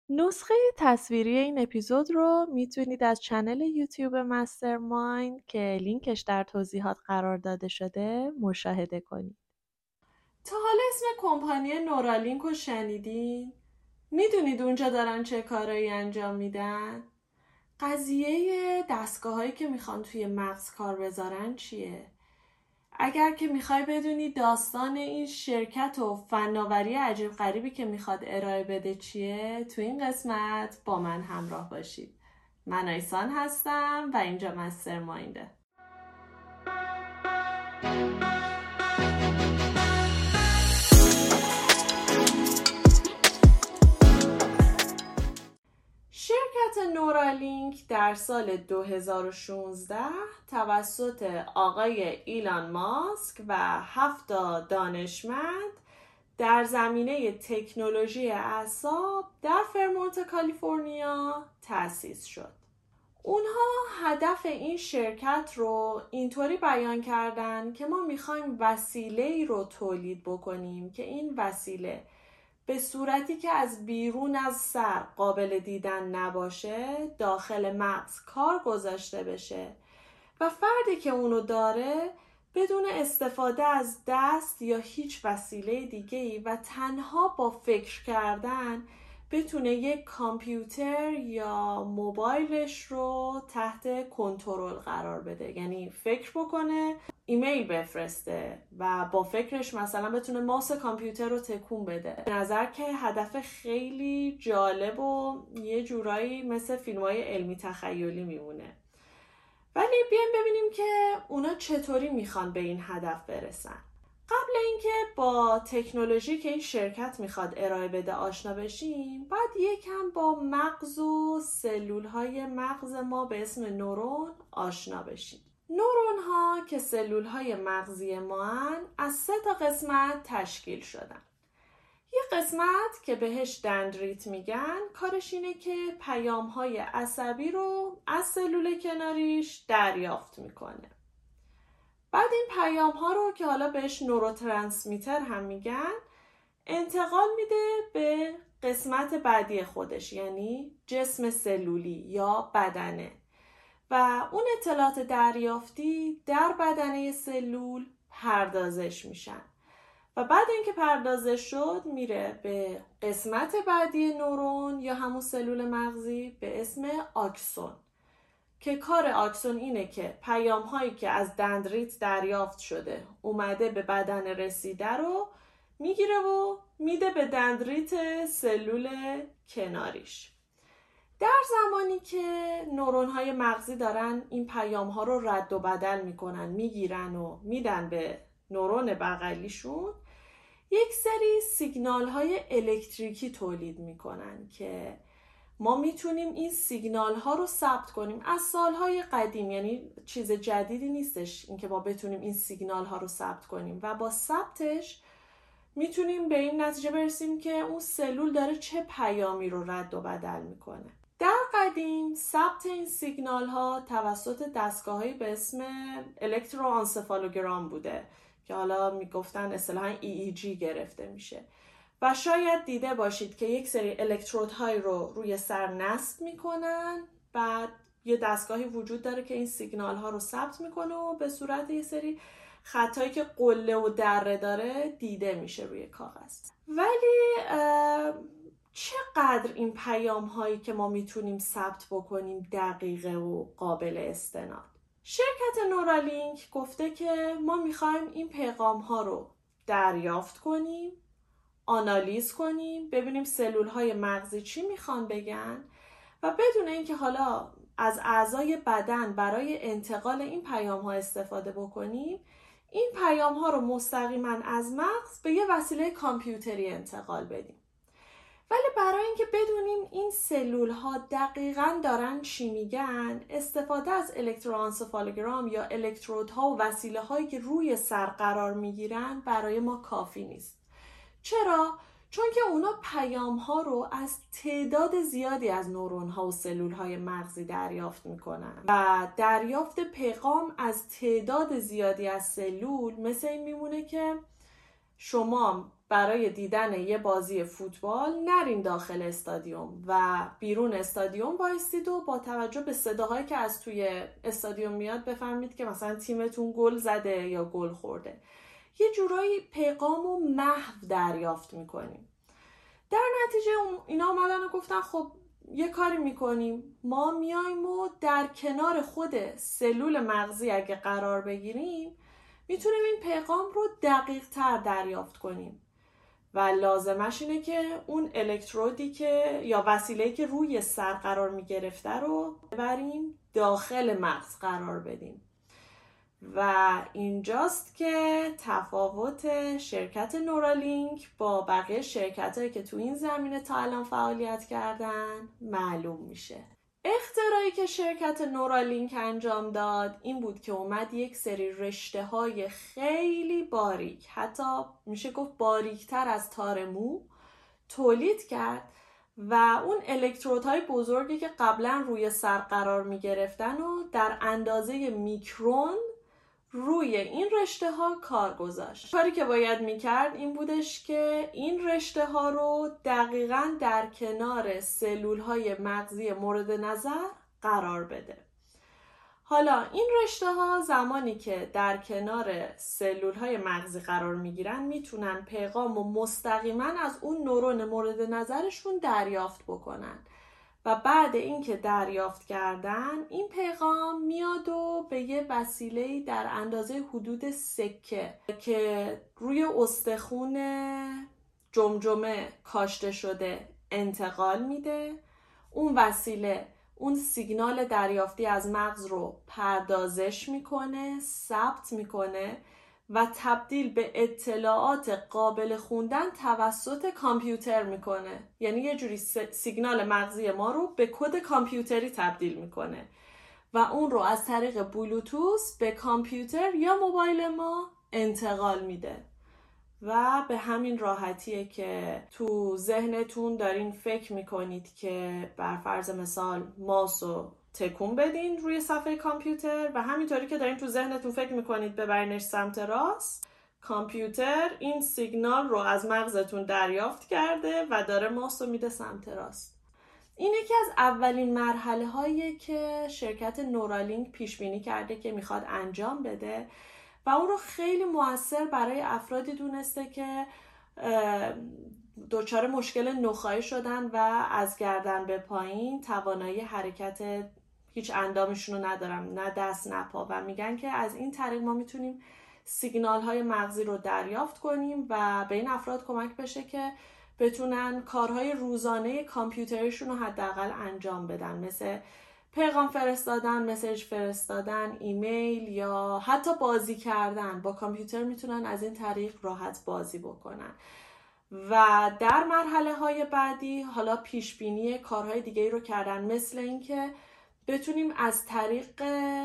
نسخه تصویری این اپیزود رو میتونید از چنل یوتیوب مسترمایند که لینکش در توضیحات قرار داده شده مشاهده کنید. تا حالا اسم کمپانی نورالینک رو شنیدین؟ میدونید اونجا دارن چه کارایی انجام میدن؟ قضیه دستگاهایی که میخوان توی مغز کار بذارن چیه؟ اگر که میخوای بدونی داستان این شرکت و فناوری عجیب غریبی که میخواد ارائه بده چیه، تو این قسمت با من همراه باشید. من آیسان هستم و اینجا مسترماینده. شرکت نورالینک در سال 2016 توسط آقای ایلان ماسک و 7 دانشمند در زمینه تکنولوژی اعصاب در فرمونت کالیفرنیا تأسیس شد. اونها هدف این شرکت رو اینطوری بیان کردن که ما میخوایم وسیله‌ای رو تولید بکنیم که این وسیله به صورتی که از بیرون از سر قابل دیدن نباشه داخل مغز کار گذاشته بشه و فردی که اونو داره بدون استفاده از دست یا هیچ وسیله دیگه‌ای و تنها با فکر کردن بتونه یک کامپیوتر یا موبایلش رو تحت کنترل قرار بده. یعنی فکر بکنه، ایمیل بفرسته و با فکرش مثلا بتونه ماوس کامپیوتر رو تکون بده. به نظر که هدف خیلی جالب و یه جورایی مثل فیلم‌های علمی تخیلی میمونه. ولی بیایم ببینیم که اونا چطوری میخوان به این هدف برسن. قبل اینکه با تکنولوژی که این شرکت میخواد ارائه بده آشنا بشیم، باید یکم با مغز و سلولهای مغز ما به اسم نورون آشنا بشیم. نورون ها که سلولهای مغزی ما هن، از 3 قسمت تشکیل شدن. یه قسمت که بهش دندریت میگن کارش اینه که پیام‌های عصبی رو از سلول کناریش دریافت میکنه. بعد این پیام‌ها رو که حالا بهش نوروترانسمیتر هم میگن انتقال میده به قسمت بعدی خودش، یعنی جسم سلولی یا بدنه، و اون اطلاعات دریافتی در بدنه سلول پردازش میشن و بعد اینکه پردازش شد میره به قسمت بعدی نورون یا همون سلول مغزی به اسم آکسون که کار آکسون اینه که پیام هایی که از دندریت دریافت شده اومده به بدن رسیده رو میگیره و میده به دندریت سلول کناریش. در زمانی که نورون های مغزی دارن این پیام ها رو رد و بدل میکنن، میگیرن و میدن به نورون بغلیشون، یک سری سیگنال های الکتریکی تولید میکنن که ما میتونیم این سیگنال ها رو ثبت کنیم از سالهای قدیم. یعنی چیز جدیدی نیستش اینکه ما بتونیم این سیگنال ها رو ثبت کنیم و با ثبتش میتونیم به این نتیجه برسیم که اون سلول داره چه پیامی رو رد و بدل میکنه. در قدیم ثبت این سیگنال ها توسط دستگاه‌هایی به اسم الکتروانسفالوگرام بوده که حالا میگفتن اصطلاحاً EEG گرفته میشه و شاید دیده باشید که یک سری الکترودهای رو روی سر نصب میکنن، بعد یه دستگاهی وجود داره که این سیگنال ها رو ثبت میکنه و به صورت یه سری خطایی که قله و دره داره دیده میشه روی کاغذ. ولی چقدر این پیام هایی که ما میتونیم ثبت بکنیم دقیقه و قابل استناد؟ شرکت نورالینک گفته که ما میخوایم این پیغام ها رو دریافت کنیم، آنالیز کنیم، ببینیم سلول های مغزی چی میخوان بگن و بدون اینکه حالا از اعضای بدن برای انتقال این پیام ها استفاده بکنیم، این پیام ها رو مستقیما از مغز به یه وسیله کامپیوتری انتقال بدیم. ولی برای اینکه بدونیم این سلول ها دقیقاً دارن چی میگن، استفاده از الکتروانسفالوگرام یا الکترودها و وسیله هایی که روی سر قرار میگیرن برای ما کافی نیست. چرا؟ چون که اونا پیام ها رو از تعداد زیادی از نورون ها و سلول های مغزی دریافت میکنن و دریافت پیغام از تعداد زیادی از سلول مثل این میمونه که شما برای دیدن یه بازی فوتبال نرین داخل استادیوم و بیرون استادیوم وایستید و با توجه به صداهایی که از توی استادیوم میاد بفهمید که مثلا تیمتون گل زده یا گل خورده. یه جورایی پیغام و محو دریافت میکنیم. در نتیجه اینا اومدن و گفتن خب یه کاری میکنیم، ما میایم و در کنار خود سلول مغزی اگه قرار بگیریم میتونیم این پیغام رو دقیق تر دریافت کنیم و لازمش اینه که اون الکترودی که یا وسیله‌ای که روی سر قرار میگرفته رو ببریم داخل مغز قرار بدیم. و اینجاست که تفاوت شرکت نورالینک با بقیه شرکت‌هایی که تو این زمینه تا الان فعالیت کردن معلوم میشه. اختراعی که شرکت نورالینک انجام داد این بود که اومد یک سری رشته‌های خیلی باریک، حتی میشه گفت باریکتر از تار مو تولید کرد و اون الکترودهای بزرگی که قبلا روی سر قرار میگرفتن و در اندازه میکرون روی این رشته ها کار گذاشت. کاری که باید میکرد این بودش که این رشته ها رو دقیقاً در کنار سلول های مغزی مورد نظر قرار بده. حالا این رشته ها زمانی که در کنار سلول های مغزی قرار میگیرن میتونن پیغام و مستقیما از اون نورون مورد نظرشون دریافت بکنن و بعد اینکه دریافت کردن این پیغام میاد و به یه وسیله‌ای در اندازه حدود سکه که روی استخون جمجمه کاشته شده انتقال میده. اون وسیله اون سیگنال دریافتی از مغز رو پردازش میکنه، ثبت میکنه و تبدیل به اطلاعات قابل خوندن توسط کامپیوتر میکنه. یعنی یه جوری سیگنال مغزی ما رو به کد کامپیوتری تبدیل میکنه و اون رو از طریق بلوتوث به کامپیوتر یا موبایل ما انتقال میده. و به همین راحتیه که تو ذهنتون دارین فکر میکنید که بر فرض مثال ماوس رو تکون بدین روی صفحه کامپیوتر و همینطوری که دارین تو ذهنتون فکر میکنید ببرینش سمت راست، کامپیوتر این سیگنال رو از مغزتون دریافت کرده و داره ماوس رو میده سمت راست. این یکی از اولین مرحله هایی که شرکت نورالینک پیش بینی کرده که میخواد انجام بده و اون رو خیلی مؤثر برای افرادی دونسته که دچار مشکل نخاعی شدن و از گردن به پایین توانایی حرکت هیچ اندامشون رو ندارن، نه دست نه پا، و میگن که از این طریق ما میتونیم سیگنال های مغزی رو دریافت کنیم و به این افراد کمک بشه که بتونن کارهای روزانه کامپیوتریشون رو حداقل انجام بدن، مثل پیغام فرستادن، مسیج فرستادن، ایمیل یا حتی بازی کردن. با کامپیوتر میتونن از این طریق راحت بازی بکنن. و در مرحله های بعدی حالا پیش بینی کارهای دیگه رو کردن، مثل اینکه بتونیم از طریق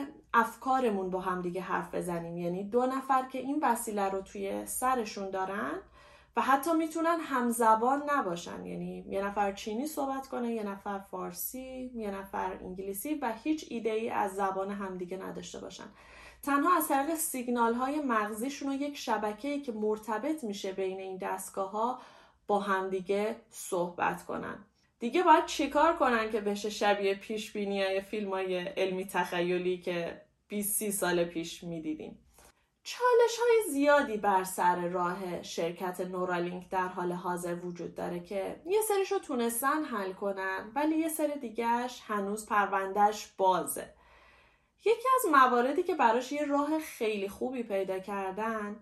افکارمون با هم دیگه حرف بزنیم. یعنی دو نفر که این وسیله رو توی سرشون دارن و حتی میتونن همزبان نباشن، یعنی یه نفر چینی صحبت کنه، یه نفر فارسی، یه نفر انگلیسی و هیچ ایده‌ای از زبان همدیگه نداشته باشن، تنها از طریق سیگنال های مغزیشون و یک شبکه‌ای که مرتبط میشه بین این دستگاه ها با همدیگه صحبت کنن. دیگه باید چیکار کنن که بشه شبیه پیش بینی های فیلم های علمی تخیلی که 20-30 سال پیش میدیدیم. چالش های زیادی بر سر راه شرکت نورالینک در حال حاضر وجود داره که یه سریشو تونستن حل کنن ولی یه سری دیگهش هنوز پروندهش بازه. یکی از مواردی که براش یه راه خیلی خوبی پیدا کردن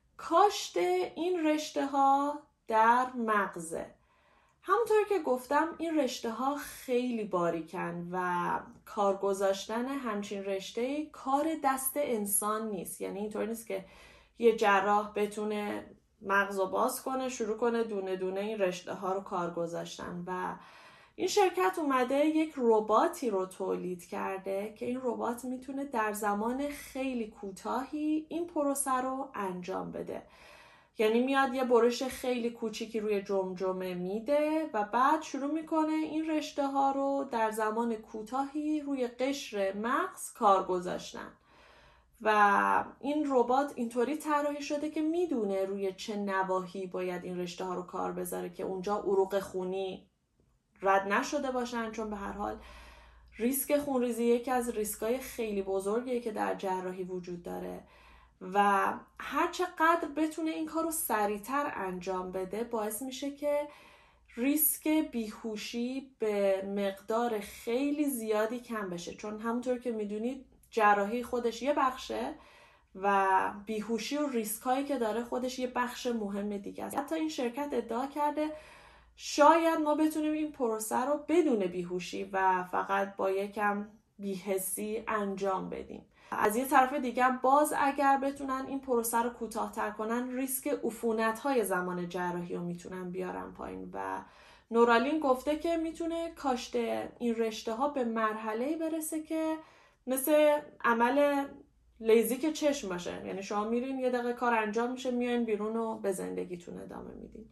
کاشت این رشته ها در مغزه. همونطور که گفتم این رشته ها خیلی باریکن و کار گذاشتن همچین رشته‌ای کار دست انسان نیست. یعنی اینطور نیست که یه جراح بتونه مغز رو باز کنه شروع کنه دونه دونه این رشته ها رو کار گذاشتن. و این شرکت اومده یک رباتی رو تولید کرده که این ربات میتونه در زمان خیلی کوتاهی این پروسه رو انجام بده. یعنی میاد یه برش خیلی کوچیکی روی جمجمه میده و بعد شروع میکنه این رشته ها رو در زمان کوتاهی روی قشر مغز کار گذاشتن و این ربات اینطوری طراحی شده که میدونه روی چه نواحی باید این رشته ها رو کار بذاره که اونجا عروق خونی رد نشده باشن، چون به هر حال ریسک خونریزی یکی از ریسکای خیلی بزرگیه که در جراحی وجود داره و هر چقدر بتونه این کار رو سریعتر انجام بده باعث میشه که ریسک بیهوشی به مقدار خیلی زیادی کم بشه، چون همونطور که میدونید جراحی خودش یه بخشه و بیهوشی و ریسک هایی که داره خودش یه بخش مهم دیگه است. حتی این شرکت ادعا کرده شاید ما بتونیم این پروسه رو بدون بیهوشی و فقط با یکم بی‌حسی انجام بدیم. از یه طرف دیگه باز اگر بتونن این پروسه رو کوتاه‌تر کنن ریسک عفونت‌های زمان جراحی رو میتونن بیارن پایین و نورالینک گفته که میتونه کاشت این رشته ها به مرحله‌ای برسه که مثل عمل لیزیک چشم باشه، یعنی شما میرین یه دقیقه کار انجام میشه میاین بیرون و به زندگیتون ادامه میدین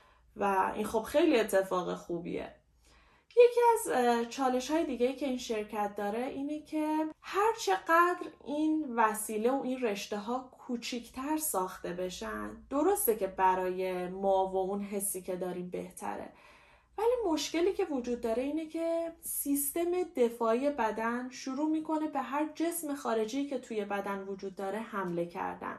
و این خب خیلی اتفاق خوبیه. یکی از چالش های دیگه که این شرکت داره اینه که هر چقدر این وسیله و این رشته ها کوچیکتر ساخته بشن درسته که برای ما و اون حسی که داریم بهتره، ولی مشکلی که وجود داره اینه که سیستم دفاعی بدن شروع میکنه به هر جسم خارجی که توی بدن وجود داره حمله کردن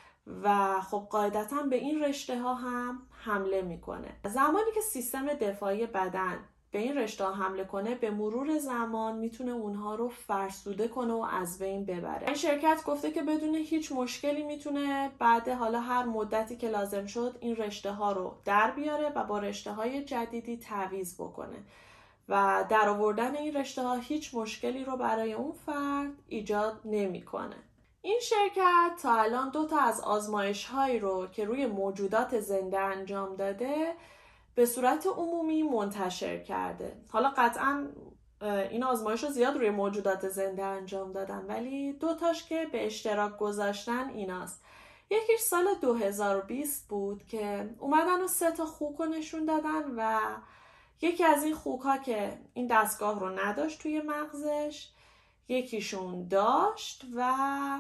و خب قاعدتاً به این رشته ها هم حمله میکنه. زمانی که سیستم دفاعی بدن به این رشته ها حمله کنه به مرور زمان میتونه اونها رو فرسوده کنه و از بین ببره. این شرکت گفته که بدون هیچ مشکلی میتونه بعد حالا هر مدتی که لازم شد این رشته ها رو در بیاره و با رشته های جدیدی تعویض بکنه و در آوردن این رشته ها هیچ مشکلی رو برای اون فرد ایجاد نمیکنه. این شرکت تا الان 2 از آزمایش هایی رو که روی موجودات زنده انجام داده به صورت عمومی منتشر کرده. حالا قطعاً این آزمایش رو زیاد روی موجودات زنده انجام دادن، ولی 2 که به اشتراک گذاشتن ایناست. یکیش سال 2020 بود که اومدن و 3 خوک رو نشون دادن و یکی از این خوک ها که این دستگاه رو نداشت توی مغزش، یکیشون داشت و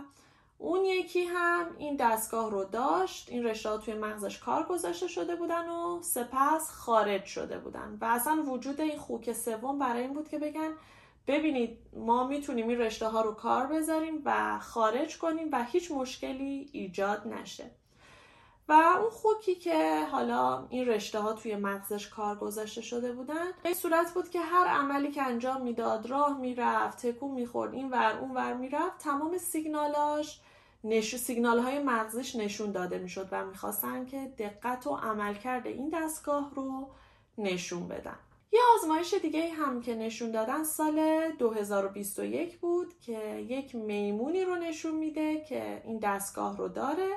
اون یکی هم این دستگاه رو داشت. این رشته ها توی مغزش کار گذاشته شده بودن و سپس خارج شده بودن و اصلا وجود این خوک سوم برای این بود که بگن ببینید ما میتونیم این رشته ها رو کار بذاریم و خارج کنیم و هیچ مشکلی ایجاد نشه. و اون خوکی که حالا این رشته ها توی مغزش کار گذاشته شده بودن به صورت بود که هر عملی که انجام میداد، راه میرفت، تکون میخورد، این ور اون ور میرفت، تمام سیگنال های مغزش نشون داده میشد و میخواستن که دقت و عملکرد این دستگاه رو نشون بدن. یه آزمایش دیگه هم که نشون دادن سال 2021 بود که یک میمونی رو نشون میده که این دستگاه رو داره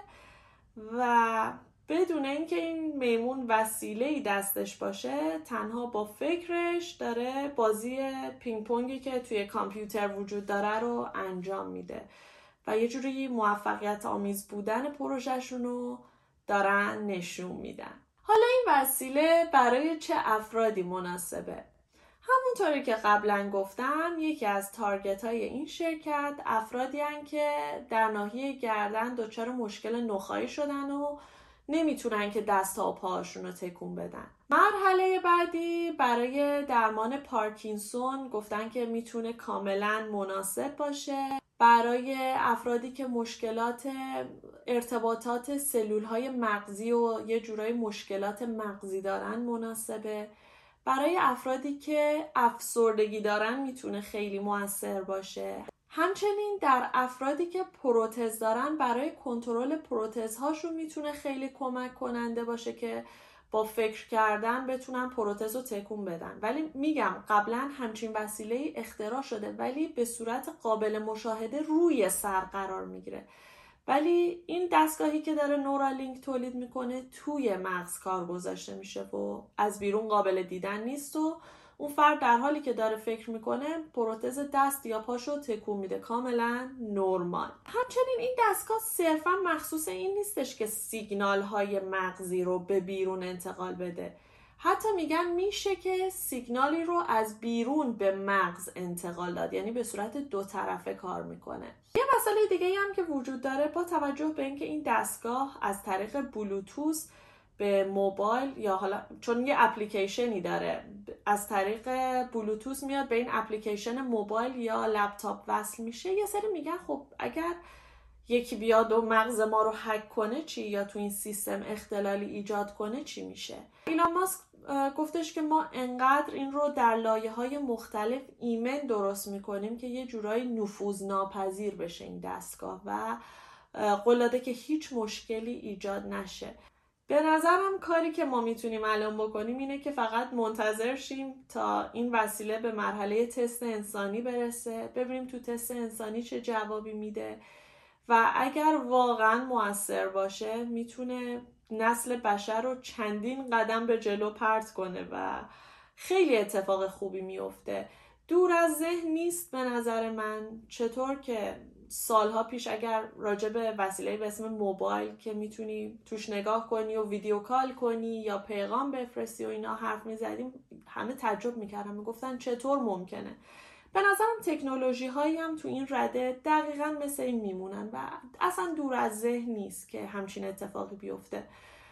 و بدون اینکه این میمون وسیله‌ای دستش باشه تنها با فکرش داره بازی پینگ پونگی که توی کامپیوتر وجود داره رو انجام میده و یه جوری موفقیت آمیز بودن پروژه‌شون رو دارن نشون میدن. حالا این وسیله برای چه افرادی مناسبه؟ همونطوری که قبلا گفتم یکی از تارگت های این شرکت افرادی هستند که در ناحیه گردن دچار مشکل نخاعی شدن و نمیتونن که دست و پاهاشون رو تکون بدن. مرحله بعدی برای درمان پارکینسون گفتن که میتونه کاملا مناسب باشه. برای افرادی که مشکلات ارتباطات سلول های مغزی و یه جورای مشکلات مغزی دارن مناسبه. برای افرادی که افسردگی دارن میتونه خیلی مؤثر باشه. همچنین در افرادی که پروتز دارن برای کنترل پروتزهاشون میتونه خیلی کمک کننده باشه که با فکر کردن بتونن پروتز رو تکون بدن. ولی میگم قبلا همچین وسیله اختراع شده ولی به صورت قابل مشاهده روی سر قرار میگیره، ولی این دستگاهی که داره نورالینک تولید میکنه توی مغز کار گذاشته میشه و از بیرون قابل دیدن نیست و اون فرد در حالی که داره فکر میکنه پروتز دست یا پاشو تکون میده کاملا نرمال. همچنین این دستگاه صرفا مخصوص این نیستش که سیگنال های مغزی رو به بیرون انتقال بده، حتی میگن میشه که سیگنالی رو از بیرون به مغز انتقال داد، یعنی به صورت دو طرفه کار میکنه. یه مسئله دیگه هم که وجود داره، با توجه به اینکه این دستگاه از طریق بلوتوث به موبایل، یا حالا چون یه اپلیکیشنی داره از طریق بلوتوث میاد به این اپلیکیشن موبایل یا لپتاپ وصل میشه، یه سری میگن خب اگر یکی بیاد و مغز ما رو هک کنه چی، یا تو این سیستم اختلالی ایجاد کنه چی میشه. ایلان ماسک گفتش که ما انقدر این رو در لایه‌های مختلف ایمن درست میکنیم که یه جورایی نفوذ ناپذیر بشه این دستگاه و قول داده که هیچ مشکلی ایجاد نشه. به نظرم کاری که ما میتونیم الان بکنیم اینه که فقط منتظر شیم تا این وسیله به مرحله تست انسانی برسه، ببینیم تو تست انسانی چه جوابی میده و اگر واقعا مؤثر باشه میتونه نسل بشر رو چندین قدم به جلو پرت کنه و خیلی اتفاق خوبی میفته. دور از ذهن نیست به نظر من چطور که سالها پیش اگر راجع به وسیله به اسم موبایل که میتونی توش نگاه کنی و ویدیو کال کنی یا پیغام بفرستی و اینا حرف میزدیم، همه تعجب میکردن، میگفتن چطور ممکنه. به نظرم تکنولوژی هایی هم تو این رده دقیقاً مثل این میمونن و اصلا دور از ذهن نیست که همچین اتفاقی بیفته.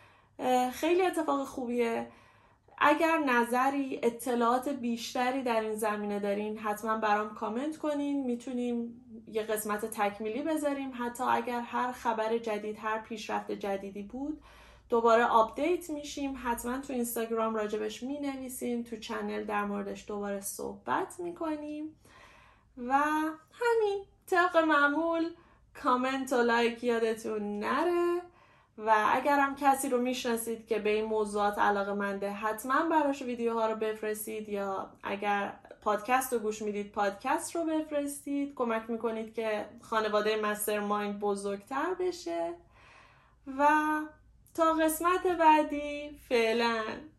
خیلی اتفاق خوبیه. اگر نظری، اطلاعات بیشتری در این زمینه دارین حتما برام کامنت کنین، میتونیم یه قسمت تکمیلی بذاریم. حتی اگر هر خبر جدید، هر پیشرفت جدیدی بود دوباره آپدیت میشیم، حتما تو اینستاگرام راجبش مینویسیم، تو چنل در موردش دوباره صحبت میکنیم و همین. طبق معمول کامنت و لایک یادتون نره و اگر هم کسی رو میشناسید که به این موضوعات علاقه‌منده حتما براش ویدیوها رو بفرستید، یا اگر پادکست رو گوش میدید پادکست رو بفرستید. کمک میکنید که خانواده مسترمایند بزرگتر بشه و تا قسمت بعدی فعلا